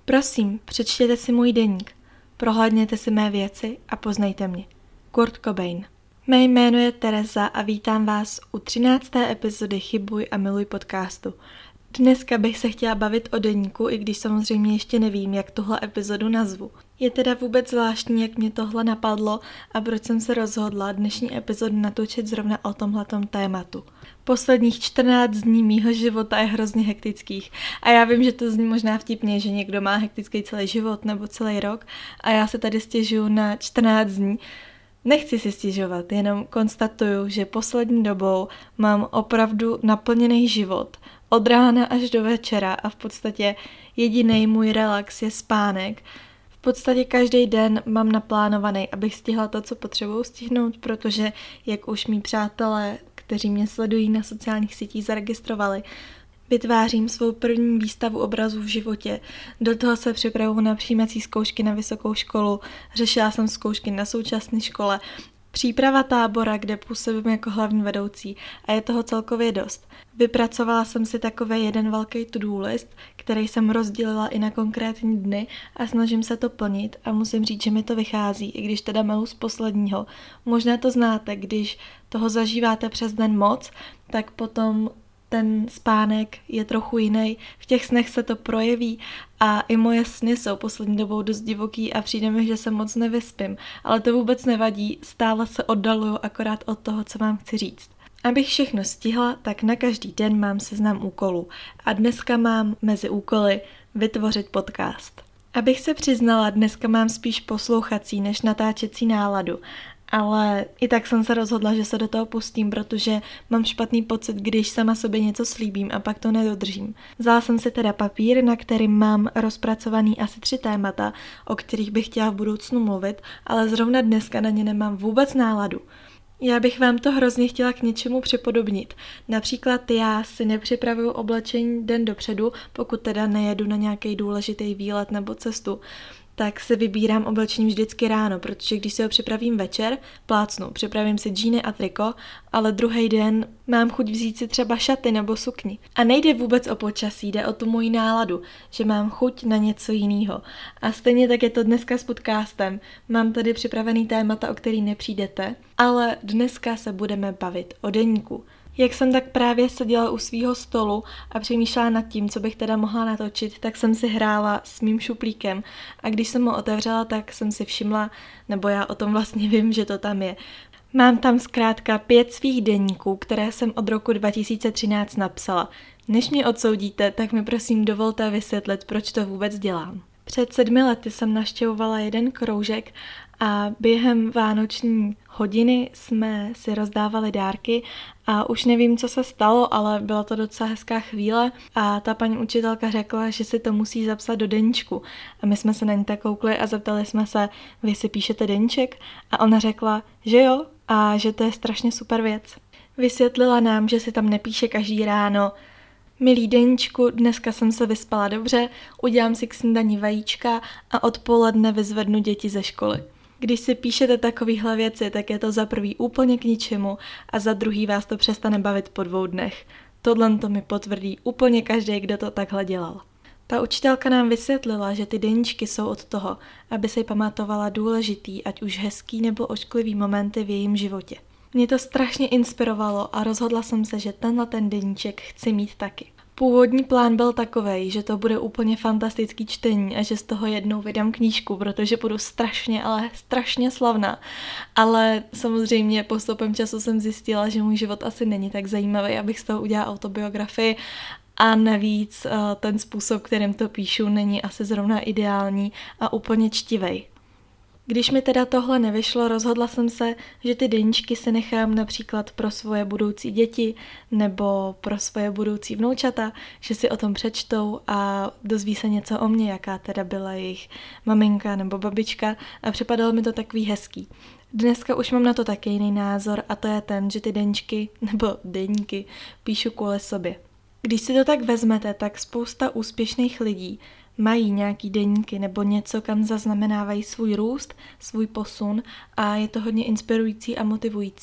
Prosím, přečtěte si můj deník, prohlédněte si mé věci a poznejte mě. Kurt Cobain. Mé jméno je Tereza a vítám vás u 13. epizody Chybuj a miluj podcastu. Dneska bych se chtěla bavit o deníku, i když samozřejmě ještě nevím, jak tuhle epizodu nazvu. Je teda vůbec zvláštní, jak mě tohle napadlo a proč jsem se rozhodla dnešní epizodu natočit zrovna o tomhletom tématu. Posledních 14 dní mýho života je hrozně hektických a já vím, že to zní možná vtipně, že někdo má hektický celý život nebo celý rok a já se tady stěžuju na 14 dní. Nechci si stěžovat, jenom konstatuju, že poslední dobou mám opravdu naplněný život. Od rána až do večera a v podstatě jediný můj relax je spánek. V podstatě každý den mám naplánovaný, abych stihla to, co potřebuju stihnout, protože jak už mý přátelé, kteří mě sledují na sociálních sítích, zaregistrovali, vytvářím svou první výstavu obrazů v životě. Do toho se připravuju na přijímací zkoušky na vysokou školu, řešila jsem zkoušky na současné škole, příprava tábora, kde působím jako hlavní vedoucí a je toho celkově dost. Vypracovala jsem si takový jeden velký to-do list, který jsem rozdělila i na konkrétní dny a snažím se to plnit a musím říct, že mi to vychází, i když teda melu z posledního. Možná to znáte, když toho zažíváte přes den moc, tak potom ten spánek je trochu jiný, v těch snech se to projeví a i moje sny jsou poslední dobou dost divoký a přijde mi, že se moc nevyspím, ale to vůbec nevadí, stále se oddaluju akorát od toho, co vám chci říct. Abych všechno stihla, tak na každý den mám seznam úkolů a dneska mám mezi úkoly vytvořit podcast. Abych se přiznala, dneska mám spíš poslouchací než natáčecí náladu, ale i tak jsem se rozhodla, že se do toho pustím, protože mám špatný pocit, když sama sobě něco slíbím a pak to nedodržím. Vzala jsem si teda papír, na kterým mám rozpracovaný asi 3 témata, o kterých bych chtěla v budoucnu mluvit, ale zrovna dneska na ně nemám vůbec náladu. Já bych vám to hrozně chtěla k něčemu připodobnit. Například já si nepřipravuju oblečení den dopředu, pokud teda nejedu na nějaký důležitý výlet nebo cestu, tak si vybírám oblečení vždycky ráno, protože když si ho připravím večer, plácnu, připravím si džíny a triko, ale druhý den mám chuť vzít si třeba šaty nebo sukni. A nejde vůbec o počasí, jde o tu moji náladu, že mám chuť na něco jiného. A stejně tak je to dneska s podcastem. Mám tady připravený témata, o který nepřijdete, ale dneska se budeme bavit o deníku. Jak jsem tak právě seděla u svýho stolu a přemýšlela nad tím, co bych teda mohla natočit, tak jsem si hrála s mým šuplíkem a když jsem ho otevřela, tak jsem si všimla, nebo já o tom vlastně vím, že to tam je. Mám tam zkrátka 5 svých deníků, které jsem od roku 2013 napsala. Než mě odsoudíte, tak mi prosím dovolte vysvětlit, proč to vůbec dělám. Před 7 lety jsem navštěvovala jeden kroužek a během vánoční hodiny jsme si rozdávali dárky a už nevím, co se stalo, ale byla to docela hezká chvíle a ta paní učitelka řekla, že si to musí zapsat do deníčku. A my jsme se na ní tak koukli a zeptali jsme se, vy si píšete deníček? A ona řekla, že jo a že to je strašně super věc. Vysvětlila nám, že si tam nepíše každý ráno: milý deníčku, dneska jsem se vyspala dobře, udělám si k snídani vajíčka a odpoledne vyzvednu děti ze školy. Když si píšete takovéhle věci, tak je to za prvý úplně k ničemu a za druhý vás to přestane bavit po 2 dnech. Tohle to mi potvrdí úplně každý, kdo to takhle dělal. Ta učitelka nám vysvětlila, že ty deníčky jsou od toho, aby si pamatovala důležitý, ať už hezký nebo ošklivý momenty v jejím životě. Mě to strašně inspirovalo a rozhodla jsem se, že tenhle ten deníček chci mít taky. Původní plán byl takovej, že to bude úplně fantastický čtení a že z toho jednou vydám knížku, protože budu strašně, ale strašně slavná. Ale samozřejmě postupem času jsem zjistila, že můj život asi není tak zajímavý, abych z toho udělala autobiografii a navíc ten způsob, kterým to píšu, není asi zrovna ideální a úplně čtivej. Když mi teda tohle nevyšlo, rozhodla jsem se, že ty deníčky si nechám například pro svoje budoucí děti nebo pro svoje budoucí vnoučata, že si o tom přečtou a dozví se něco o mně, jaká teda byla jejich maminka nebo babička a připadalo mi to takový hezký. Dneska už mám na to taky jiný názor a to je ten, že ty deníčky nebo deníky píšu kvůli sobě. Když si to tak vezmete, tak spousta úspěšných lidí mají nějaký deníky nebo něco, kam zaznamenávají svůj růst, svůj posun a je to hodně inspirující a motivující.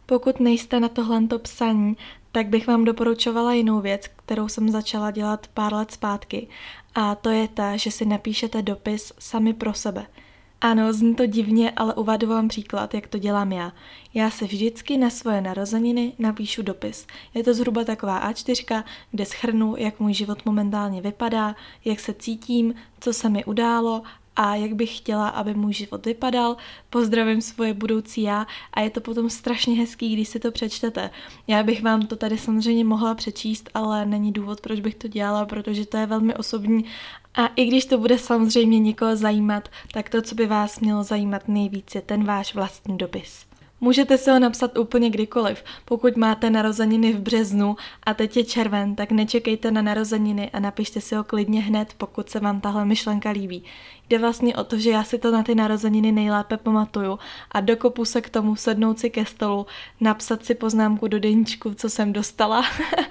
Pokud nejste na tohleto psaní, tak bych vám doporučovala jinou věc, kterou jsem začala dělat pár let zpátky. A to je ta, že si napíšete dopis sami pro sebe. Ano, zní to divně, ale uvedu vám příklad, jak to dělám já. Já si vždycky na svoje narozeniny napíšu dopis. Je to zhruba taková A4, kde shrnu, jak můj život momentálně vypadá, jak se cítím, co se mi událo a jak bych chtěla, aby můj život vypadal. Pozdravím svoje budoucí já a je to potom strašně hezký, když si to přečtete. Já bych vám to tady samozřejmě mohla přečíst, ale není důvod, proč bych to dělala, protože to je velmi osobní. A i když to bude samozřejmě někoho zajímat, tak to, co by vás mělo zajímat nejvíc, je ten váš vlastní dopis. Můžete si ho napsat úplně kdykoliv. Pokud máte narozeniny v březnu a teď je červen, tak nečekejte na narozeniny a napište si ho klidně hned, pokud se vám tahle myšlenka líbí. Jde vlastně o to, že já si to na ty narozeniny nejlépe pamatuju a dokopu se k tomu sednout si ke stolu, napsat si poznámku do deníčku, co jsem dostala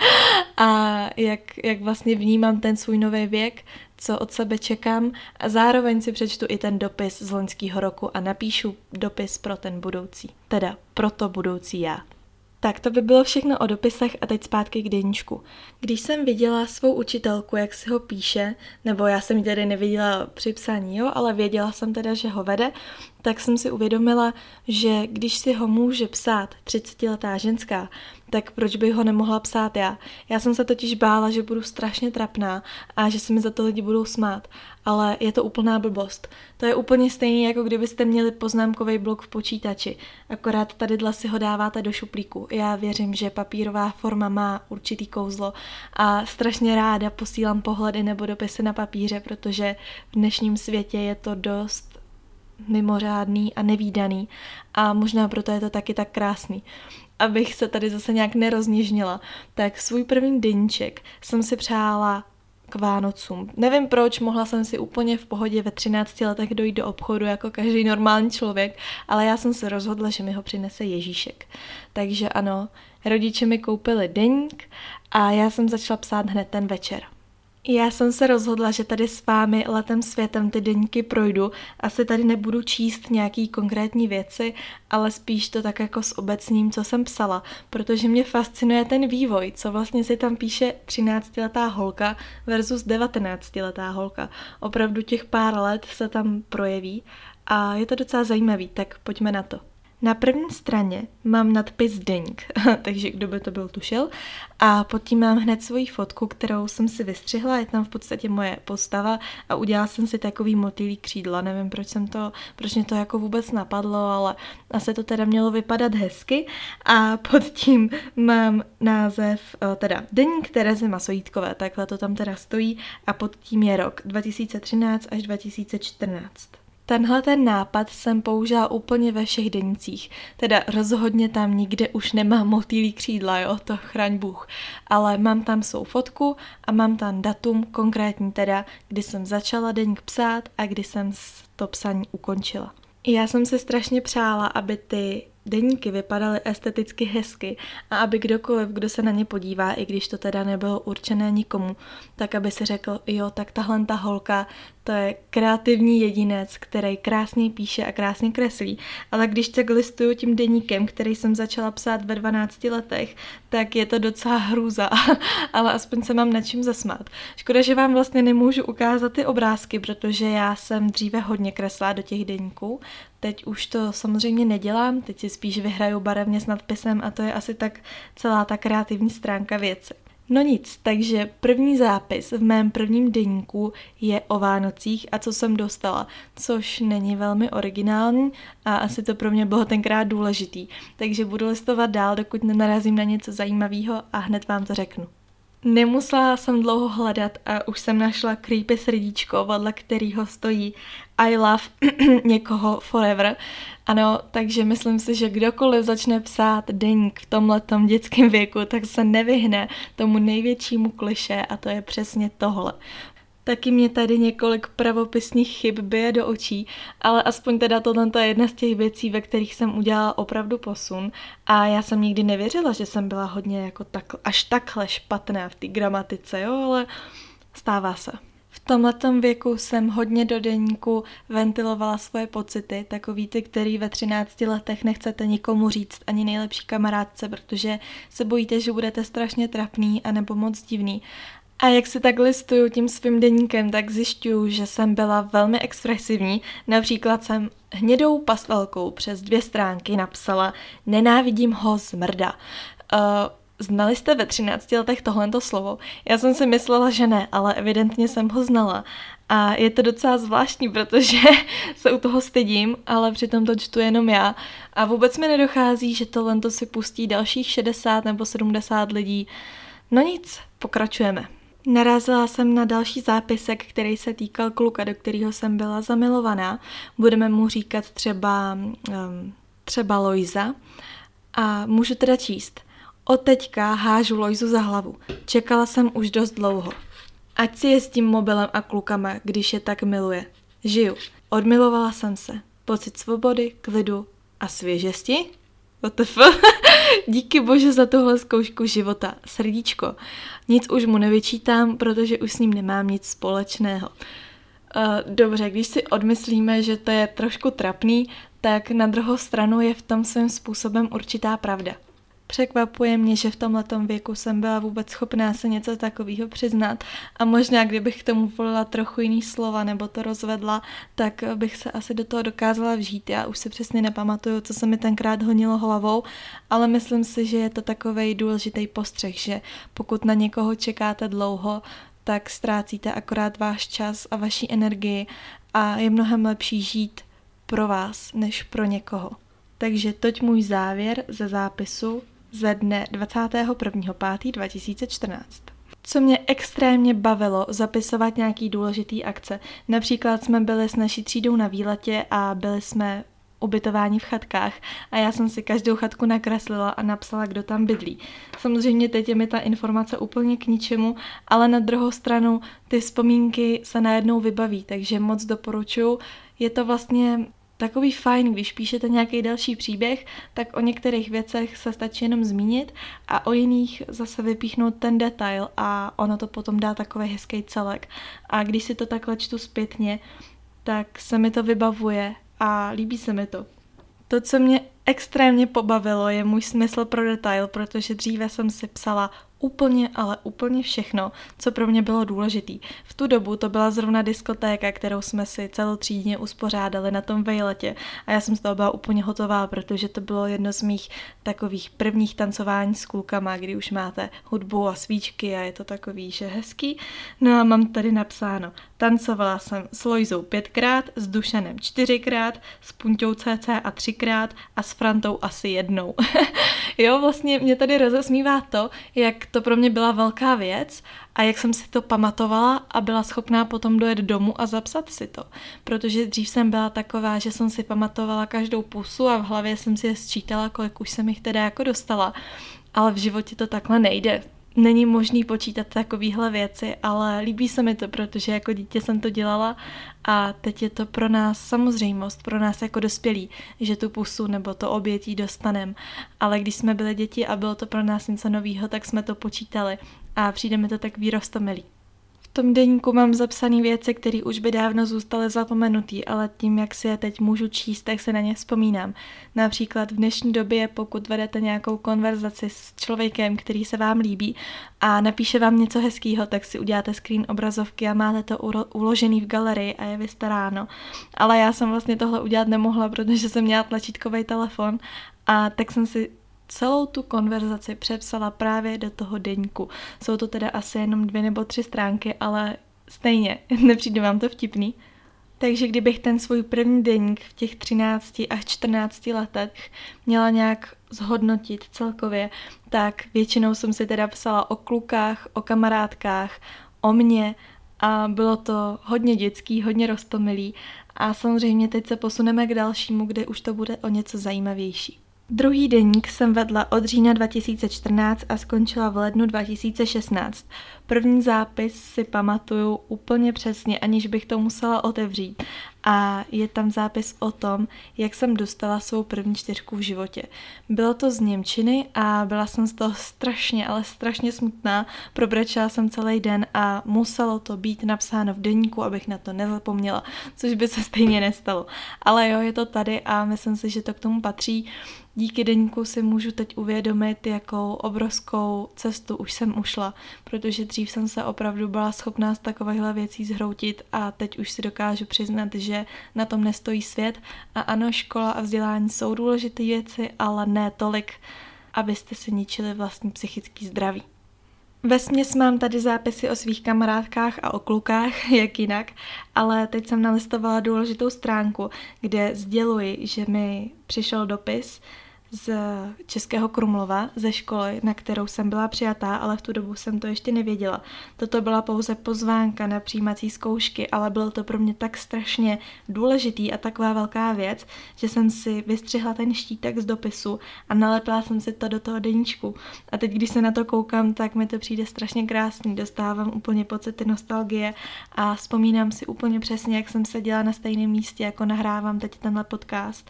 a jak vlastně vnímám ten svůj nový věk, co od sebe čekám a zároveň si přečtu i ten dopis z loňského roku a napíšu dopis pro ten budoucí, teda pro to budoucí já. Tak to by bylo všechno o dopisech a teď zpátky k deníčku. Když jsem viděla svou učitelku, jak si ho píše, nebo já jsem ji tedy neviděla při psaní, ale věděla jsem teda, že ho vede, tak jsem si uvědomila, že když si ho může psát 30letá ženská, tak proč by ho nemohla psát já? Já jsem se totiž bála, že budu strašně trapná a že se mi za to lidi budou smát, ale je to úplná blbost. To je úplně stejné, jako kdybyste měli poznámkový blok v počítači, akorát tadyhle si ho dáváte do šuplíku. Já věřím, že papírová forma má určitý kouzlo a strašně ráda posílám pohledy nebo dopisy na papíře, protože v dnešním světě je to dost mimořádný a nevídaný a možná proto je to taky tak krásný. Abych se tady zase nějak nerozněžnila, tak svůj první deníček jsem si přála k Vánocům. Nevím proč, mohla jsem si úplně v pohodě ve 13 letech dojít do obchodu jako každý normální člověk, ale já jsem se rozhodla, že mi ho přinese Ježíšek. Takže ano, rodiče mi koupili deník a já jsem začala psát hned ten večer. Já jsem se rozhodla, že tady s vámi letem světem ty deníky projdu. Asi tady nebudu číst nějaký konkrétní věci, ale spíš to tak jako s obecním, co jsem psala, protože mě fascinuje ten vývoj, co vlastně si tam píše 13letá holka versus 19letá holka. Opravdu těch pár let se tam projeví a je to docela zajímavý, tak pojďme na to. Na první straně mám nadpis deník, takže kdo by to byl tušil, a pod tím mám hned svoji fotku, kterou jsem si vystřihla, je tam v podstatě moje postava a udělala jsem si takový motýlí křídla, nevím, proč mě to jako vůbec napadlo, ale asi to teda mělo vypadat hezky a pod tím mám název, teda deník Terezy Masojítkové, takhle to tam teda stojí a pod tím je rok 2013 až 2014. Tenhle ten nápad jsem použila úplně ve všech denících, teda rozhodně tam nikde už nemám motýlí křídla, jo, to chraň Bůh, ale mám tam svou fotku a mám tam datum konkrétní teda, kdy jsem začala deník psát a kdy jsem to psaní ukončila. Já jsem si strašně přála, aby ty deníky vypadaly esteticky hezky a aby kdokoliv, kdo se na ně podívá, i když to teda nebylo určené nikomu, tak aby si řekl, jo, tak tahle ta holka, to je kreativní jedinec, který krásně píše a krásně kreslí, ale když tak listuju tím deníkem, který jsem začala psát ve 12 letech, tak je to docela hrůza, ale aspoň se mám nad čím zasmát. Škoda, že vám vlastně nemůžu ukázat ty obrázky, protože já jsem dříve hodně kreslila do těch deníků, teď už to samozřejmě nedělám, teď si spíš vyhraju barevně s nadpisem a to je asi tak celá ta kreativní stránka věci. No nic, takže první zápis v mém prvním deníku je o Vánocích a co jsem dostala, což není velmi originální a asi to pro mě bylo tenkrát důležitý, takže budu listovat dál, dokud nenarazím na něco zajímavého a hned vám to řeknu. Nemusela jsem dlouho hledat a už jsem našla creepy srdíčko, vedle kterého stojí I love někoho forever. Ano, takže myslím si, že kdokoliv začne psát deník v tomhletom dětském věku, tak se nevyhne tomu největšímu klišé a to je přesně tohle. Taky mě tady několik pravopisných chyb bije do očí, ale aspoň teda tohle je jedna z těch věcí, ve kterých jsem udělala opravdu posun a já jsem nikdy nevěřila, že jsem byla hodně jako až takhle špatná v té gramatice, jo, ale stává se. V V tomhletom věku jsem hodně do deníku ventilovala svoje pocity, takový ty, který ve 13 letech nechcete nikomu říct, ani nejlepší kamarádce, protože se bojíte, že budete strašně trapný anebo moc divný. A jak si tak listuju tím svým deníkem, tak zjišťuju, že jsem byla velmi expresivní. Například jsem hnědou pastelkou přes 2 stránky napsala "Nenávidím ho, zmrda". Znali jste ve 13 letech tohleto slovo? Já jsem si myslela, že ne, ale evidentně jsem ho znala. A je to docela zvláštní, protože se u toho stydím, ale přitom to čtu jenom já. A vůbec mi nedochází, že tohle si pustí dalších 60 nebo 70 lidí. No nic, pokračujeme. Narazila jsem na další zápisek, který se týkal kluka, do kterého jsem byla zamilovaná. Budeme mu říkat třeba Lojza. A můžu teda číst. Od teďka hážu Lojzu za hlavu. Čekala jsem už dost dlouho. Ať si je s tím mobilem a klukama, když je tak miluje. Žiju. Odmilovala jsem se. Pocit svobody, klidu a svěžesti? WTF? Díky bože za tuhle zkoušku života. Srdíčko. Nic už mu nevyčítám, protože už s ním nemám nic společného. Dobře, když si odmyslíme, že to je trošku trapný, tak na druhou stranu je v tom svým způsobem určitá pravda. Překvapuje mě, že v tomhletom věku jsem byla vůbec schopná se něco takového přiznat a možná kdybych k tomu volila trochu jiný slova nebo to rozvedla, tak bych se asi do toho dokázala vžít. Já už si přesně nepamatuju, co se mi tenkrát honilo hlavou, ale myslím si, že je to takovej důležitý postřeh, že pokud na někoho čekáte dlouho, tak ztrácíte akorát váš čas a vaši energii a je mnohem lepší žít pro vás, než pro někoho. Takže toť můj závěr ze zápisu ze dne 21.5.2014. Co mě extrémně bavilo zapisovat nějaký důležitý akce. Například jsme byli s naší třídou na výletě a byli jsme ubytováni v chatkách a já jsem si každou chatku nakreslila a napsala, kdo tam bydlí. Samozřejmě teď je mi ta informace úplně k ničemu, ale na druhou stranu ty vzpomínky se najednou vybaví, takže moc doporučuji. Je to vlastně takový fajn, když píšete nějaký další příběh, tak o některých věcech se stačí jenom zmínit a o jiných zase vypíchnout ten detail a ono to potom dá takový hezký celek. A když si to takhle čtu zpětně, tak se mi to vybavuje a líbí se mi to. To, co mě extrémně pobavilo, je můj smysl pro detail, protože dříve jsem si psala úplně, ale úplně všechno, co pro mě bylo důležitý. V tu dobu to byla zrovna diskotéka, kterou jsme si celotřídně uspořádali na tom vejletě a já jsem z toho byla úplně hotová, protože to bylo jedno z mých takových prvních tancování s klukama, kdy už máte hudbu a svíčky a je to takový, že hezký. No a mám tady napsáno, tancovala jsem s Lojzou 5krát, s Dušanem 4krát, s Punťou cca 3krát a s Frantou asi 1. Jo, vlastně mě tady rozesmívá to, jak to pro mě byla velká věc a jak jsem si to pamatovala a byla schopná potom dojet domů a zapsat si to. Protože dřív jsem byla taková, že jsem si pamatovala každou pusu a v hlavě jsem si je sčítala, kolik už jsem jich teda jako dostala. Ale v životě to takhle nejde. Není možný počítat takovéhle věci, ale líbí se mi to, protože jako dítě jsem to dělala a teď je to pro nás samozřejmost, pro nás jako dospělí, že tu pusu nebo to obětí dostanem. Ale když jsme byli děti a bylo to pro nás něco novýho, tak jsme to počítali a přijde mi to tak roztomilý. V tom deníku mám zapsané věci, které už by dávno zůstaly zapomenutý, ale tím, jak si je teď můžu číst, tak se na ně vzpomínám. Například v dnešní době, pokud vedete nějakou konverzaci s člověkem, který se vám líbí a napíše vám něco hezkého, tak si uděláte screen obrazovky a máte to uložený v galerii a je vystaráno. Ale já jsem vlastně tohle udělat nemohla, protože jsem měla tlačítkový telefon a tak jsem si celou tu konverzaci přepsala právě do toho deníku. Jsou to teda asi jenom 2 nebo 3 stránky, ale stejně, nepřijde vám to vtipný? Takže kdybych ten svůj první deník v těch 13 až 14 letech měla nějak zhodnotit celkově, tak většinou jsem si teda psala o klukách, o kamarádkách, o mně a bylo to hodně dětský, hodně roztomilý a samozřejmě teď se posuneme k dalšímu, kde už to bude o něco zajímavější. Druhý deník jsem vedla od října 2014 a skončila v lednu 2016. První zápis si pamatuju úplně přesně, aniž bych to musela otevřít. a je tam zápis o tom, jak jsem dostala svou první 4 v životě. Bylo to z němčiny a byla jsem z toho strašně, ale strašně smutná. Probrečela jsem celý den a muselo to být napsáno v deníku, abych na to nezapomněla, což by se stejně nestalo. Ale jo, je to tady a myslím si, že to k tomu patří. Díky deníku si můžu teď uvědomit, jakou obrovskou cestu už jsem ušla, protože dřív jsem se opravdu byla schopná z takovýchhle věcí zhroutit a teď už si dokážu přiznat, že na tom nestojí svět a ano, škola a vzdělání jsou důležité věci, ale ne tolik, abyste si ničili vlastní psychický zdraví. Vesměs mám tady zápisy o svých kamarádkách a o klukách, jak jinak, ale teď jsem nalistovala důležitou stránku, kde sděluji, že mi přišel dopis z Českého Krumlova, ze školy, na kterou jsem byla přijatá, ale v tu dobu jsem to ještě nevěděla. Toto byla pouze pozvánka na přijímací zkoušky, ale bylo to pro mě tak strašně důležitý a taková velká věc, že jsem si vystřihla ten štítek z dopisu a nalepila jsem si to do toho deníčku. A teď, když se na to koukám, tak mi to přijde strašně krásný, dostávám úplně pocity nostalgie a vzpomínám si úplně přesně, jak jsem seděla na stejném místě, jako nahrávám teď tenhle podcast.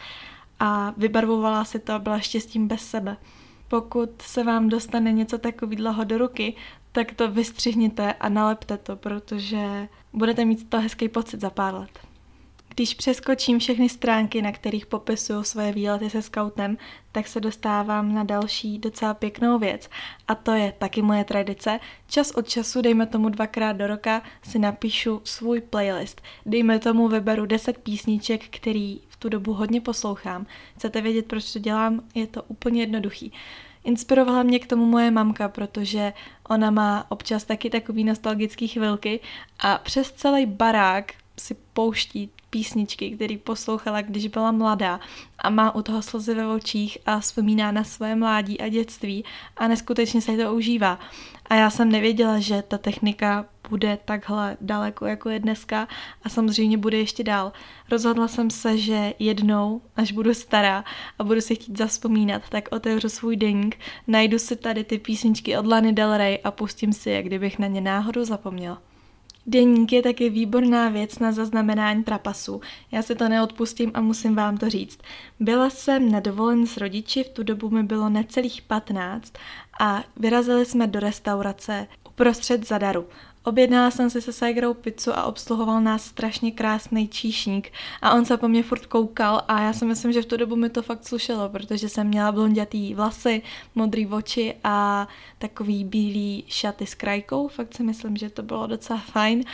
A vybarvovala si to a byla štěstím bez sebe. Pokud se vám dostane něco takového do ruky, tak to vystřihněte a nalepte to, protože budete mít to hezký pocit za pár let. Když přeskočím všechny stránky, na kterých popisuju svoje výlety se skautem, tak se dostávám na další docela pěknou věc. A to je taky moje tradice. Čas od času, dejme tomu 2krát do roka, si napíšu svůj playlist. Dejme tomu vyberu 10 písniček, který v tu dobu hodně poslouchám. Chcete vědět, proč to dělám? Je to úplně jednoduchý. Inspirovala mě k tomu moje mamka, protože ona má občas taky takový nostalgický chvilky a přes celý barák si pouští písničky, který poslouchala, když byla mladá a má u toho slzy ve očích a vzpomíná na své mládí a dětství a neskutečně se to užívá. A já jsem nevěděla, že ta technika bude takhle daleko, jako je dneska a samozřejmě bude ještě dál. Rozhodla jsem se, že jednou, až budu stará a budu si chtít zavzpomínat, tak otevřu svůj deník, najdu si tady ty písničky od Lany Del Rey a pustím si je, kdybych na ně náhodou zapomněla. Deník je taky výborná věc na zaznamenání trapasů. Já si to neodpustím a musím vám to říct. Byla jsem na dovolené s rodiči, v tu dobu mi bylo necelých 15 a vyrazili jsme do restaurace uprostřed Zadaru. Objednala jsem si se ségrou pizzu a obsluhoval nás strašně krásný číšník a on se po mě furt koukal a já si myslím, že v tu dobu mi to fakt slušelo, protože jsem měla blondětý vlasy, modrý oči a takový bílý šaty s krajkou, fakt si myslím, že to bylo docela fajn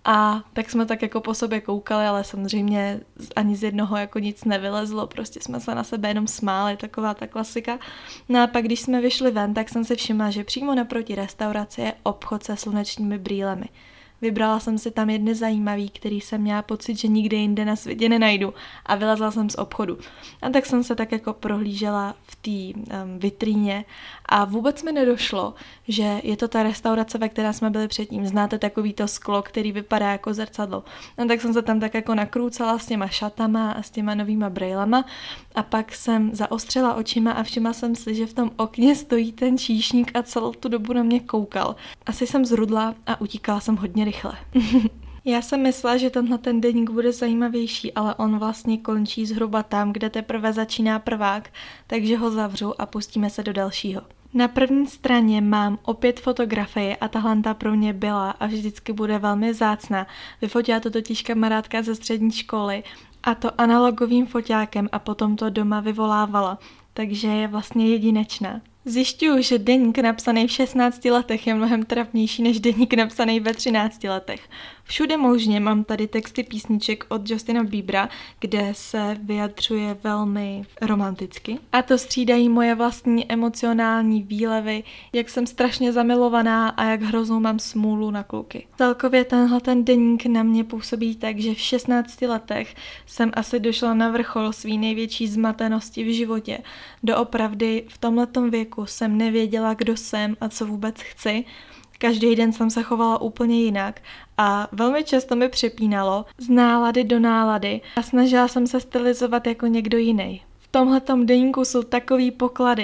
a tak jsme tak jako po sobě koukali, ale samozřejmě ani z jednoho jako nic nevylezlo, prostě jsme se na sebe jenom smáli, taková ta klasika. No a pak když jsme vyšli ven, tak jsem si všimla, že přímo naproti restauraci je obchod se slunečními brýlemi. Vybrala jsem si tam jedny zajímavý, který jsem měla pocit, že nikde jinde na světě nenajdu a vylezla jsem z obchodu. A tak jsem se tak jako prohlížela v té vitríně a vůbec mi nedošlo, že je to ta restaurace, ve které jsme byli předtím. Znáte takový to sklo, který vypadá jako zrcadlo. A tak jsem se tam tak jako nakrůcala s těma šatama a s těma novýma brejlema a pak jsem zaostřila očima a všimla jsem si, že v tom okně stojí ten číšník a celou tu dobu na mě koukal. Asi jsem zrudla a utíkala jsem hodně rychle. Já jsem myslela, že ten deník bude zajímavější, ale on vlastně končí zhruba tam, kde teprve začíná prvák, takže ho zavřu a pustíme se do dalšího. Na první straně mám opět fotografie a tahle pro mě byla a vždycky bude velmi vzácná. Vyfotila to totiž kamarádka ze střední školy a to analogovým foťákem a potom to doma vyvolávala, takže je vlastně jedinečná. Zjišťuju, že deník napsaný v 16 letech je mnohem trapnější než deník napsaný ve 13 letech. Všude možně mám tady texty písniček od Justina Biebera, kde se vyjadřuje velmi romanticky. A to střídají moje vlastní emocionální výlevy, jak jsem strašně zamilovaná a jak hroznou mám smůlu na kluky. Celkově ten deník na mě působí tak, že v 16 letech jsem asi došla na vrchol svý největší zmatenosti v životě. Doopravdy v tomhletom věku jsem nevěděla, kdo jsem a co vůbec chci. Každý den jsem se chovala úplně jinak a velmi často mi přepínalo z nálady do nálady a snažila jsem se stylizovat jako někdo jiný. V tomhletom deníku jsou takový poklady.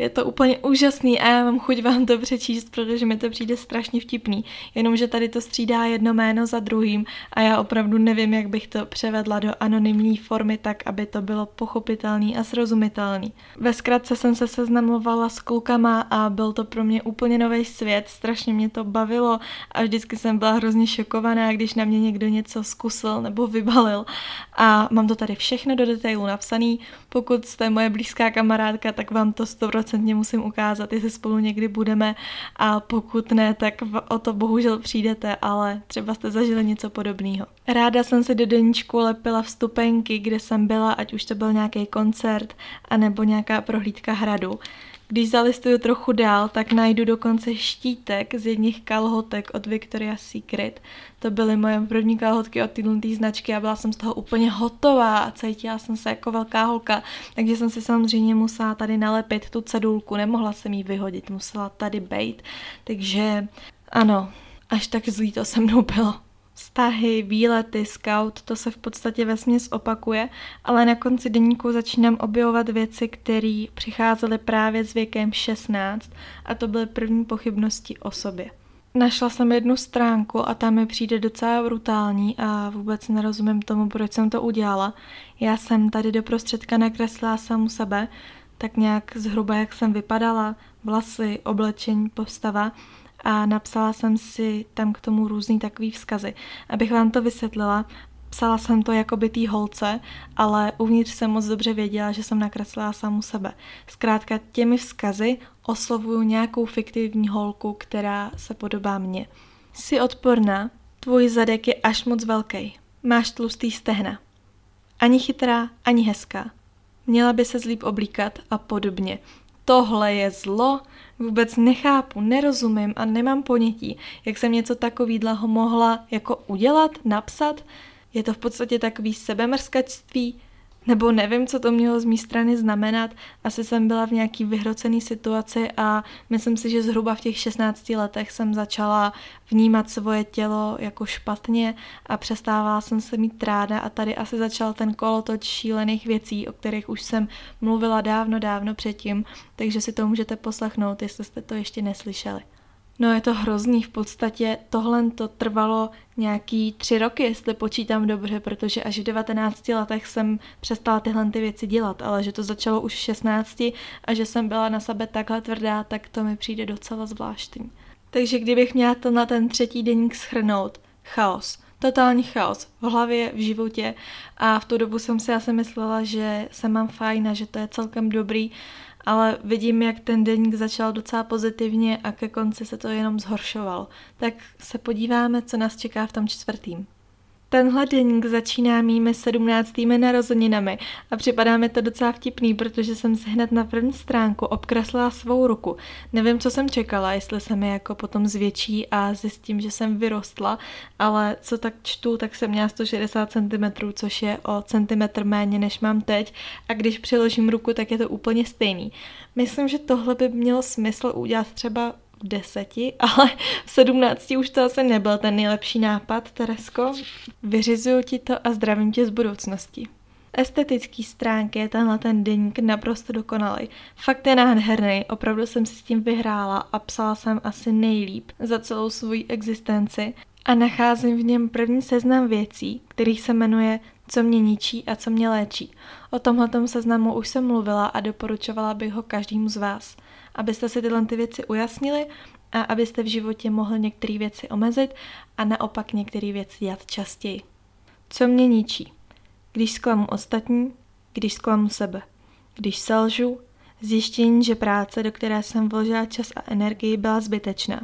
Je to úplně úžasný a já mám chuť vám to přečíst, protože mi to přijde strašně vtipný. Jenomže tady to střídá jedno jméno za druhým a já opravdu nevím, jak bych to převedla do anonymní formy tak, aby to bylo pochopitelný a srozumitelný. Ve zkratce jsem se seznamovala s klukama a byl to pro mě úplně nový svět, strašně mě to bavilo a vždycky jsem byla hrozně šokovaná, když na mě někdo něco zkusil nebo vybalil. A mám to tady všechno do detailu napsaný. Pokud jste moje blízká kamarádka, tak vám to 100% musím ukázat, jestli spolu někdy budeme, a pokud ne, tak o to bohužel přijdete, ale třeba jste zažili něco podobného. Ráda jsem si do deníčku lepila vstupenky, kde jsem byla, ať už to byl nějaký koncert, anebo nějaká prohlídka hradu. Když zalistuju trochu dál, tak najdu dokonce štítek z jedných kalhotek od Victoria's Secret. To byly moje první kalhotky od této značky a byla jsem z toho úplně hotová a cítila jsem se jako velká holka, takže jsem si samozřejmě musela tady nalepit tu cedulku, nemohla jsem ji vyhodit, musela tady bejt, takže ano, až tak zlý to se mnou bylo. Vztahy, výlety, scout, to se v podstatě vesměs opakuje, ale na konci deníku začínám objevovat věci, které přicházely právě s věkem 16 a to byly první pochybnosti o sobě. Našla jsem jednu stránku a tam mi přijde docela brutální a vůbec nerozumím tomu, proč jsem to udělala. Já jsem tady do prostředka nakreslila samu sebe, tak nějak zhruba jak jsem vypadala, vlasy, oblečení, postava, a napsala jsem si tam k tomu různý takový vzkazy. Abych vám to vysvětlila, psala jsem to jakoby té holce, ale uvnitř jsem moc dobře věděla, že jsem nakreslila samu sebe. Zkrátka těmi vzkazy oslovuju nějakou fiktivní holku, která se podobá mně. Jsi odporná, tvůj zadek je až moc velký. Máš tlustý stehna. Ani chytrá, ani hezká. Měla by se líp oblíkat a podobně. Tohle je zlo, vůbec nechápu, nerozumím a nemám ponětí, jak jsem něco takového mohla jako udělat, napsat. Je to v podstatě takový sebemrskačství, nebo nevím, co to mělo z mé strany znamenat. Asi jsem byla v nějaký vyhrocený situaci a myslím si, že zhruba v těch 16 letech jsem začala vnímat svoje tělo jako špatně a přestávala jsem se mít ráda a tady asi začal ten kolotoč šílených věcí, o kterých už jsem mluvila dávno předtím, takže si to můžete poslechnout, jestli jste to ještě neslyšeli. No je to hrozný, v podstatě tohle to trvalo nějaký 3 roky, jestli počítám dobře, protože až v 19 letech jsem přestala tyhle ty věci dělat, ale že to začalo už v 16 a že jsem byla na sebe takhle tvrdá, tak to mi přijde docela zvláštní. Takže kdybych měla to na ten 3. deník shrnout, chaos. Totální chaos v hlavě, v životě a v tu dobu jsem si asi myslela, že se mám fajn a že to je celkem dobrý, ale vidím, jak ten deník začal docela pozitivně a ke konci se to jenom zhoršovalo. Tak se podíváme, co nás čeká v tom 4. Tenhle deník začíná mými 17. narozeninami a připadá mi to docela vtipný, protože jsem si hned na první stránku obkreslila svou ruku. Nevím, co jsem čekala, jestli se mi jako potom zvětší a zjistím, že jsem vyrostla, ale co tak čtu, tak jsem měla 160 cm, což je o centimetr méně, než mám teď, a když přiložím ruku, tak je to úplně stejný. Myslím, že tohle by mělo smysl udělat třeba v 10, ale v 17 už to asi nebyl ten nejlepší nápad, Teresko. Vyřizuju ti to a zdravím tě z budoucnosti. Estetický stránky je tenhle ten deník naprosto dokonalý. Fakt je nádherný, opravdu jsem si s tím vyhrála a psala jsem asi nejlíp za celou svou existenci a nacházím v něm první seznam věcí, který se jmenuje Co mě ničí a co mě léčí. O tomhletom seznamu už jsem mluvila a doporučovala bych ho každému z vás, abyste si tyhle ty věci ujasnili a abyste v životě mohli některé věci omezit a naopak některé věci dělat častěji. Co mě ničí? Když zklamu ostatní, když zklamu sebe, když selžu, zjištění, že práce, do které jsem vložila čas a energii, byla zbytečná.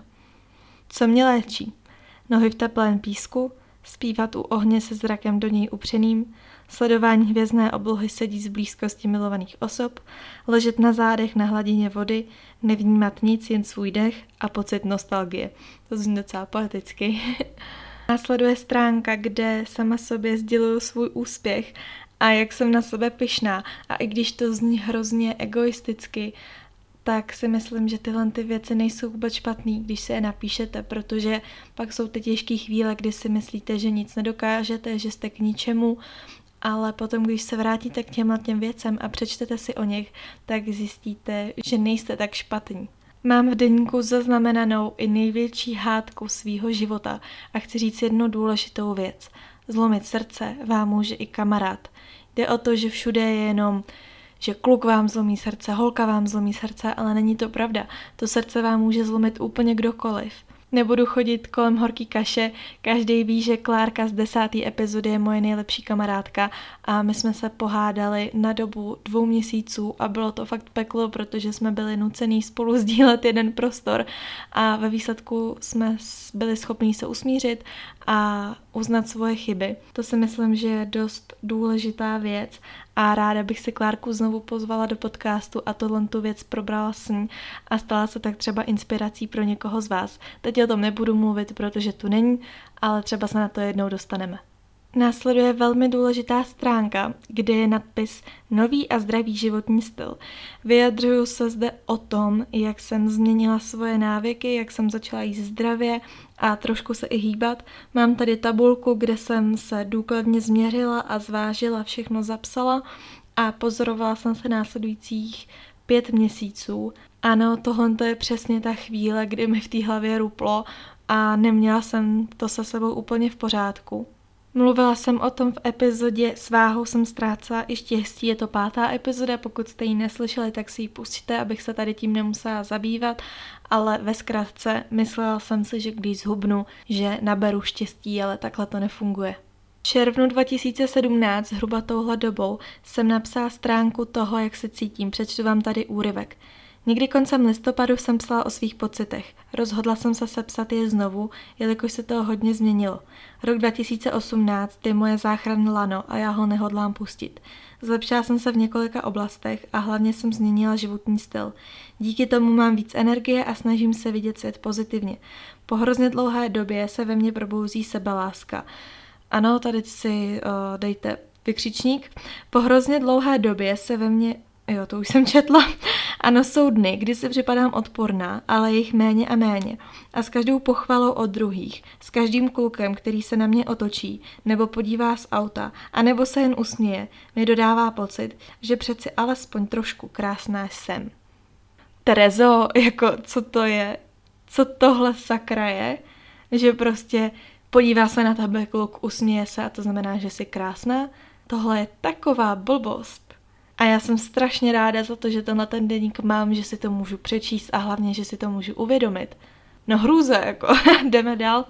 Co mě léčí? Nohy v teplém písku, zpívat u ohně se zrakem do něj upřeným, sledování hvězdné oblohy sedí z blízkosti milovaných osob, ležet na zádech na hladině vody, nevnímat nic, jen svůj dech a pocit nostalgie. To zní docela poeticky. Následuje stránka, kde sama sobě sděluju svůj úspěch a jak jsem na sebe pyšná. A i když to zní hrozně egoisticky, tak si myslím, že tyhle ty věci nejsou vůbec špatný, když si je napíšete, protože pak jsou ty těžké chvíle, kdy si myslíte, že nic nedokážete, že jste k ničemu ale potom, když se vrátíte k těm věcem a přečtete si o nich, tak zjistíte, že nejste tak špatní. Mám v deníku zaznamenanou i největší hádku svýho života a chci říct jednu důležitou věc. Zlomit srdce vám může i kamarád. Jde o to, že všude je jenom, že kluk vám zlomí srdce, holka vám zlomí srdce, ale není to pravda. To srdce vám může zlomit úplně kdokoliv. Nebudu chodit kolem horký kaše, každý ví, že Klárka z 10. epizody je moje nejlepší kamarádka a my jsme se pohádali na dobu 2 měsíců a bylo to fakt peklo, protože jsme byli nucený spolu sdílet jeden prostor a ve výsledku jsme byli schopní se usmířit a uznat svoje chyby. To si myslím, že je dost důležitá věc a ráda bych si Klárku znovu pozvala do podcastu a tu věc probrala s ní a stala se tak třeba inspirací pro někoho z vás. Teď o tom nebudu mluvit, protože tu není, ale třeba se na to jednou dostaneme. Následuje velmi důležitá stránka, kde je nadpis Nový a zdravý životní styl. Vyjadřuju se zde o tom, jak jsem změnila svoje návyky, jak jsem začala jíst zdravě a trošku se i hýbat. Mám tady tabulku, kde jsem se důkladně změřila a zvážila, všechno zapsala a pozorovala jsem se následujících 5 měsíců. Ano, tohle je přesně ta chvíle, kdy mi v té hlavě ruplo a neměla jsem to se sebou úplně v pořádku. Mluvila jsem o tom v epizodě S váhou jsem ztrácela i štěstí, je to 5. epizoda, pokud jste ji neslyšeli, tak si ji pustíte, abych se tady tím nemusela zabývat, ale ve zkratce myslela jsem si, že když zhubnu, že naberu štěstí, ale takhle to nefunguje. V červnu 2017, zhruba touhle dobou, jsem napsala stránku toho, jak se cítím, přečtu vám tady úryvek. Někdy koncem listopadu jsem psala o svých pocitech. Rozhodla jsem se sepsat je znovu, jelikož se toho hodně změnilo. Rok 2018 je moje záchranné lano a já ho nehodlám pustit. Zlepšila jsem se v několika oblastech a hlavně jsem změnila životní styl. Díky tomu mám víc energie a snažím se vidět svět pozitivně. Po hrozně dlouhé době se ve mně probouzí sebeláska. Ano, tady si dejte vykřičník. Po hrozně dlouhé době se ve mně... Jo, to už jsem četla. Ano, jsou dny, kdy si připadám odporná, ale jich méně a méně. A s každou pochvalou od druhých, s každým klukem, který se na mě otočí, nebo podívá z auta, anebo se jen usměje, mi dodává pocit, že přeci alespoň trošku krásná jsem. Terezo, jako co to je? Co tohle sakra je? Že prostě podívá se na tebe kluk, usměje se a to znamená, že jsi krásná? Tohle je taková blbost. A já jsem strašně ráda za to, že tenhle ten deník mám, že si to můžu přečíst a hlavně, že si to můžu uvědomit. No hrůze, jako, jdeme dál.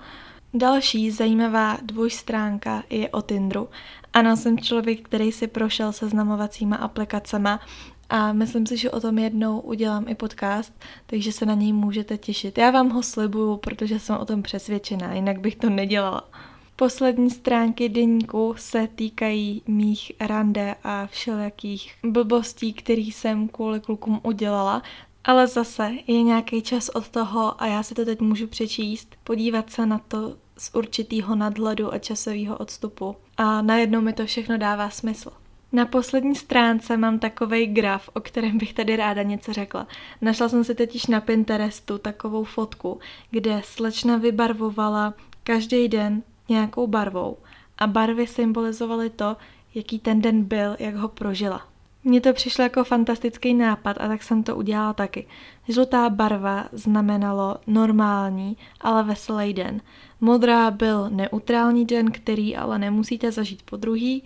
Další zajímavá dvojstránka je o Tinderu. Ano, jsem člověk, který si prošel seznamovacíma aplikacema a myslím si, že o tom jednou udělám i podcast, takže se na něj můžete těšit. Já vám ho slibuju, protože jsem o tom přesvědčená, jinak bych to nedělala. Poslední stránky deníku se týkají mých rande a všelijakých blbostí, které jsem kvůli klukům udělala, ale zase je nějaký čas od toho a já si to teď můžu přečíst, podívat se na to z určitého nadhledu a časového odstupu a najednou mi to všechno dává smysl. Na poslední stránce mám takovej graf, o kterém bych tady ráda něco řekla. Našla jsem si totiž na Pinterestu takovou fotku, kde slečna vybarvovala každý den nějakou barvou a barvy symbolizovaly to, jaký ten den byl, jak ho prožila. Mně to přišlo jako fantastický nápad a tak jsem to udělala taky. Žlutá barva znamenalo normální, ale veselý den. Modrá byl neutrální den, který ale nemusíte zažít podruhý.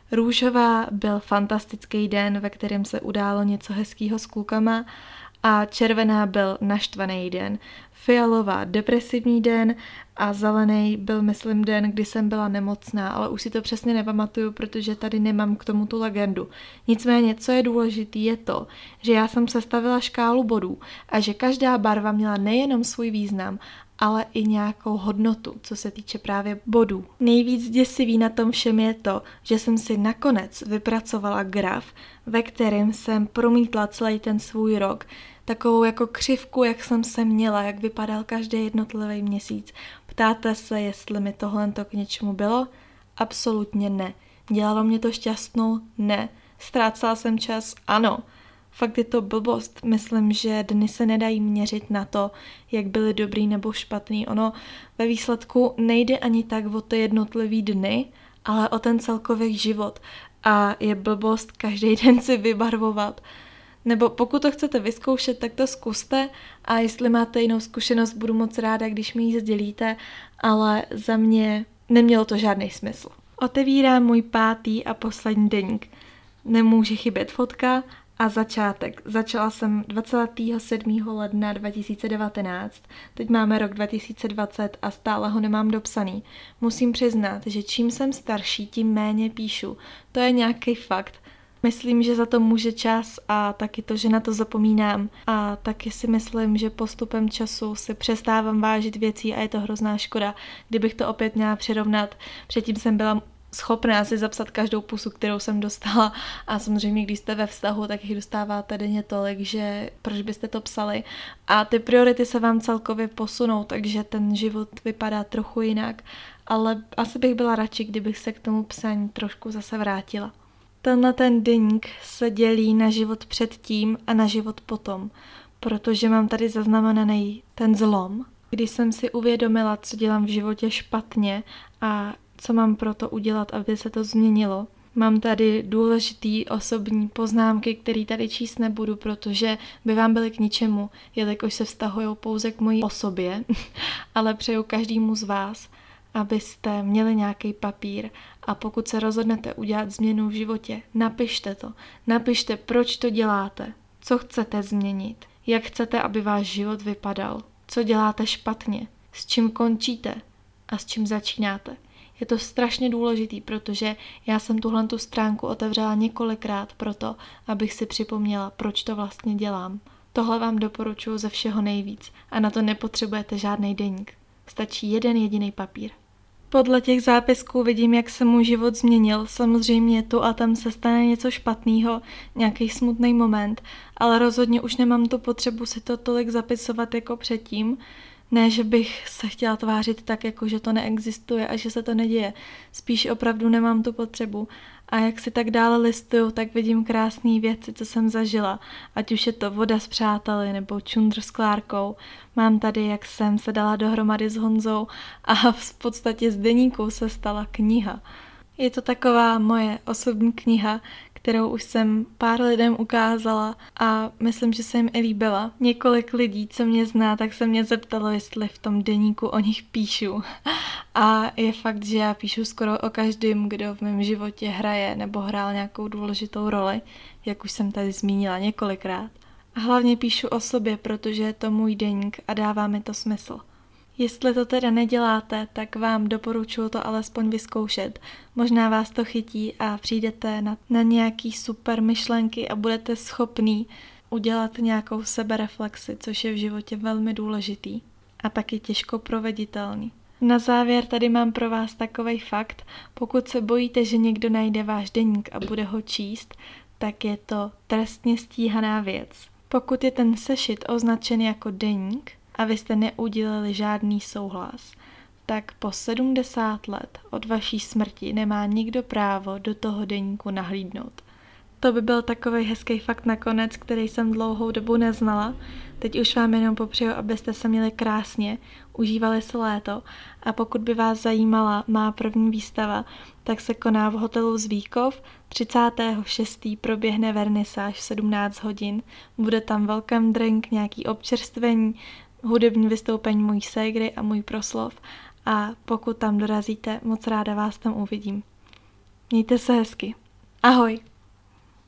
Růžová byl fantastický den, ve kterém se událo něco hezkýho s klukama a červená byl naštvaný den. Fialová depresivní den a zelený byl, myslím, den, kdy jsem byla nemocná, ale už si to přesně nepamatuju, protože tady nemám k tomu tu legendu. Nicméně, co je důležitý, je to, že já jsem sestavila škálu bodů a že každá barva měla nejenom svůj význam, ale i nějakou hodnotu, co se týče právě bodů. Nejvíc děsivý na tom všem je to, že jsem si nakonec vypracovala graf, ve kterém jsem promítla celý ten svůj rok, takovou jako křivku, jak jsem se měla, jak vypadal každý jednotlivý měsíc. Ptáte se, jestli mi tohle k něčemu bylo? Absolutně ne. Dělalo mě to šťastnou? Ne. Ztrácela jsem čas? Ano. Fakt je to blbost. Myslím, že dny se nedají měřit na to, jak byly dobrý nebo špatný. Ono ve výsledku nejde ani tak o ty jednotlivý dny, ale o ten celkový život a je blbost každý den si vybarvovat. Nebo pokud to chcete vyzkoušet, tak to zkuste a jestli máte jinou zkušenost, budu moc ráda, když mi ji sdělíte, ale za mě nemělo to žádný smysl. Otevírám můj 5. a poslední deník. Nemůže chybět fotka a začátek. Začala jsem 27. ledna 2019. Teď máme rok 2020 a stále ho nemám dopsaný. Musím přiznat, že čím jsem starší, tím méně píšu. To je nějaký fakt. Myslím, že za to může čas a taky to, že na to zapomínám. A taky si myslím, že postupem času si přestávám vážit věcí a je to hrozná škoda. Kdybych to opět měla přirovnat, předtím jsem byla schopná si zapsat každou pusu, kterou jsem dostala a samozřejmě, když jste ve vztahu, tak jich dostáváte denně tolik, že proč byste to psali a ty priority se vám celkově posunou, takže ten život vypadá trochu jinak, ale asi bych byla radši, kdybych se k tomu psaní trošku zase vrátila. Tenhle ten deník se dělí na život předtím a na život potom, protože mám tady zaznamenaný ten zlom, kdy jsem si uvědomila, co dělám v životě špatně a co mám pro to udělat, aby se to změnilo. Mám tady důležitý osobní poznámky, které tady číst nebudu, protože by vám byly k ničemu, jelikož se vztahují pouze k mojí osobě, ale přeju každému z vás, abyste měli nějaký papír a pokud se rozhodnete udělat změnu v životě, napište to. Napište, proč to děláte, co chcete změnit, jak chcete, aby váš život vypadal, co děláte špatně, s čím končíte a s čím začínáte. Je to strašně důležitý, protože já jsem tu stránku otevřela několikrát proto, abych si připomněla, proč to vlastně dělám. Tohle vám doporučuji ze všeho nejvíc a na to nepotřebujete žádný deník. Stačí jeden jediný papír. Podle těch zápisků vidím, jak se můj život změnil. Samozřejmě tu a tam se stane něco špatného, nějaký smutný moment, ale rozhodně už nemám tu potřebu si to tolik zapisovat jako předtím. Ne, že bych se chtěla tvářit tak, jako že to neexistuje a že se to neděje. Spíš opravdu nemám tu potřebu. A jak si tak dále listuju, tak vidím krásné věci, co jsem zažila. Ať už je to voda s přáteli nebo čundr s Klárkou. Mám tady, jak jsem se dala dohromady s Honzou a v podstatě z deníku se stala kniha. Je to taková moje osobní kniha, kterou už jsem pár lidem ukázala a myslím, že se jim i líbila. Několik lidí, co mě zná, tak se mě zeptalo, jestli v tom deníku o nich píšu. A je fakt, že já píšu skoro o každém, kdo v mém životě hraje nebo hrál nějakou důležitou roli, jak už jsem tady zmínila několikrát. A hlavně píšu o sobě, protože je to můj deník a dává mi to smysl. Jestli to teda neděláte, tak vám doporučuji to alespoň vyzkoušet. Možná vás to chytí a přijdete na nějaký super myšlenky a budete schopný udělat nějakou sebereflexi, což je v životě velmi důležitý a taky těžko proveditelný. Na závěr tady mám pro vás takovej fakt, pokud se bojíte, že někdo najde váš deník a bude ho číst, tak je to trestně stíhaná věc. Pokud je ten sešit označen jako deník, a vy jste neudělali žádný souhlas, tak po 70 let od vaší smrti nemá nikdo právo do toho deníku nahlídnout. To by byl takovej hezký fakt nakonec, který jsem dlouhou dobu neznala. Teď už vám jenom popřeju, abyste se měli krásně, užívali si léto a pokud by vás zajímala má první výstava, tak se koná v hotelu Zvíkov. 36. proběhne vernisáž v 17 hodin. Bude tam welcome drink, nějaký občerstvení, hudební vystoupení mojí ségry a můj proslov a pokud tam dorazíte, moc ráda vás tam uvidím. Mějte se hezky. Ahoj!